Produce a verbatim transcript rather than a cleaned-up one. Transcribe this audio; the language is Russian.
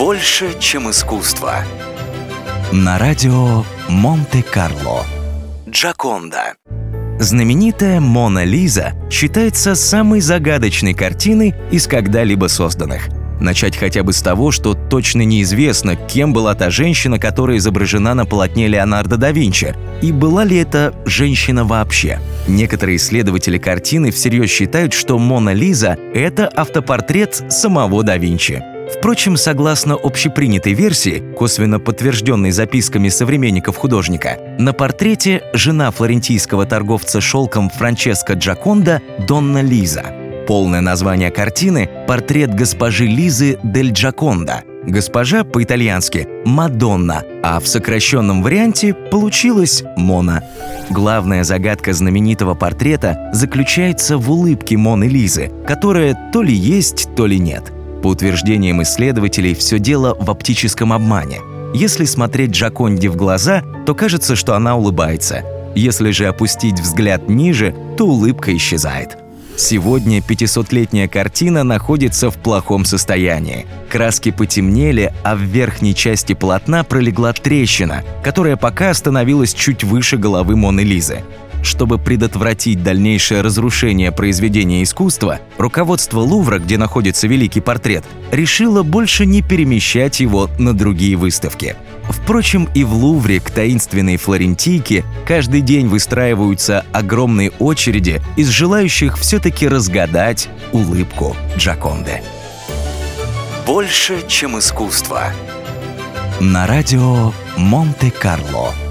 Больше, чем искусство. На радио Монте-Карло. Джоконда. Знаменитая «Мона Лиза» считается самой загадочной картиной из когда-либо созданных. Начать хотя бы с того, что точно неизвестно, кем была та женщина, которая изображена на полотне Леонардо да Винчи, и была ли это женщина вообще. Некоторые исследователи картины всерьез считают, что «Мона Лиза» — это автопортрет самого да Винчи. Впрочем, согласно общепринятой версии, косвенно подтвержденной записками современников художника, на портрете жена флорентийского торговца шелком Франческо Джоконда Донна Лиза. Полное название картины – «Портрет госпожи Лизы дель Джоконда». Госпожа по-итальянски – Мадонна, а в сокращенном варианте получилось Мона. Главная загадка знаменитого портрета заключается в улыбке Моны Лизы, которая то ли есть, то ли нет. По утверждениям исследователей, все дело в оптическом обмане. Если смотреть Джоконде в глаза, то кажется, что она улыбается. Если же опустить взгляд ниже, то улыбка исчезает. Сегодня пятисотлетняя картина находится в плохом состоянии. Краски потемнели, а в верхней части полотна пролегла трещина, которая пока остановилась чуть выше головы Моны Лизы. Чтобы предотвратить дальнейшее разрушение произведения искусства, руководство Лувра, где находится великий портрет, решило больше не перемещать его на другие выставки. Впрочем, и в Лувре к таинственной флорентийке каждый день выстраиваются огромные очереди из желающих все-таки разгадать улыбку Джоконды. Больше, чем искусство. На радио Монте-Карло.